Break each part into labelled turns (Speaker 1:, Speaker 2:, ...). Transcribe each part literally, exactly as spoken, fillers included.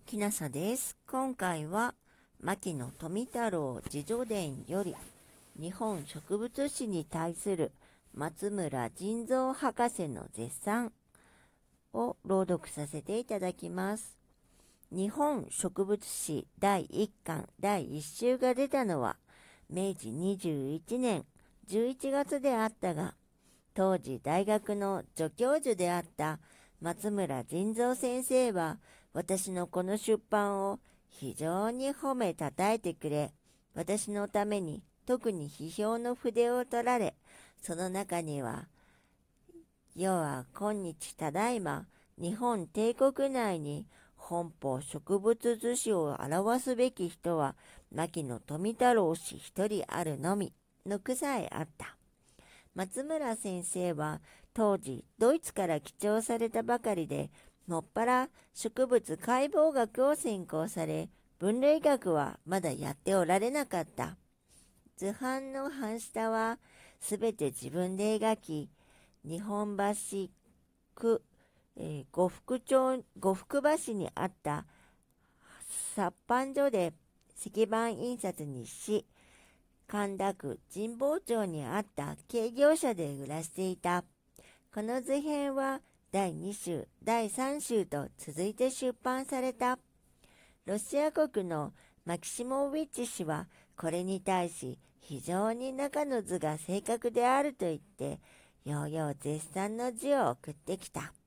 Speaker 1: きなさです。今回は牧野富太郎自叙伝より日本植物史に対する松村仁蔵博士の絶賛を朗読させていただきます。日本植物史だいいっかんだいいっ週が出たのはめいじにじゅういちねんじゅういちがつであったが、当時大学の助教授であった松村仁蔵先生は私のこの出版を非常に褒めたたえてくれ、私のために特に批評の筆を取られ、その中には、世は今日ただいま日本帝国内に本邦植物図史を表すべき人は牧野富太郎氏一人あるのみの句さえあった。松村先生は当時ドイツから寄贈されたばかりで、もっぱら植物解剖学を専攻され、分類学はまだやっておられなかった。図版の版下はすべて自分で描き、日本橋区、えー、呉服町呉服橋にあった殺版所で石版印刷にし、神田区神保町にあった軽業者で売らしていた。この図編はだいに週、だいさん週と続いて出版された。ロシア国のマキシモウィッチ氏はこれに対し非常に中の図が正確であると言って、ようよう絶賛の字を送ってきた。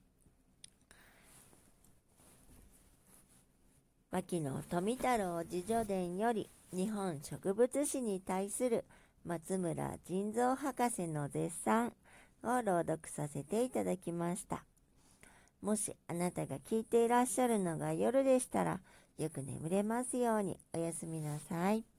Speaker 1: 牧野富太郎自叙伝より日本植物史に対する松村仁蔵博士の絶賛を朗読させていただきました。もしあなたが聞いていらっしゃるのが夜でしたら、よく眠れますように。おやすみなさい。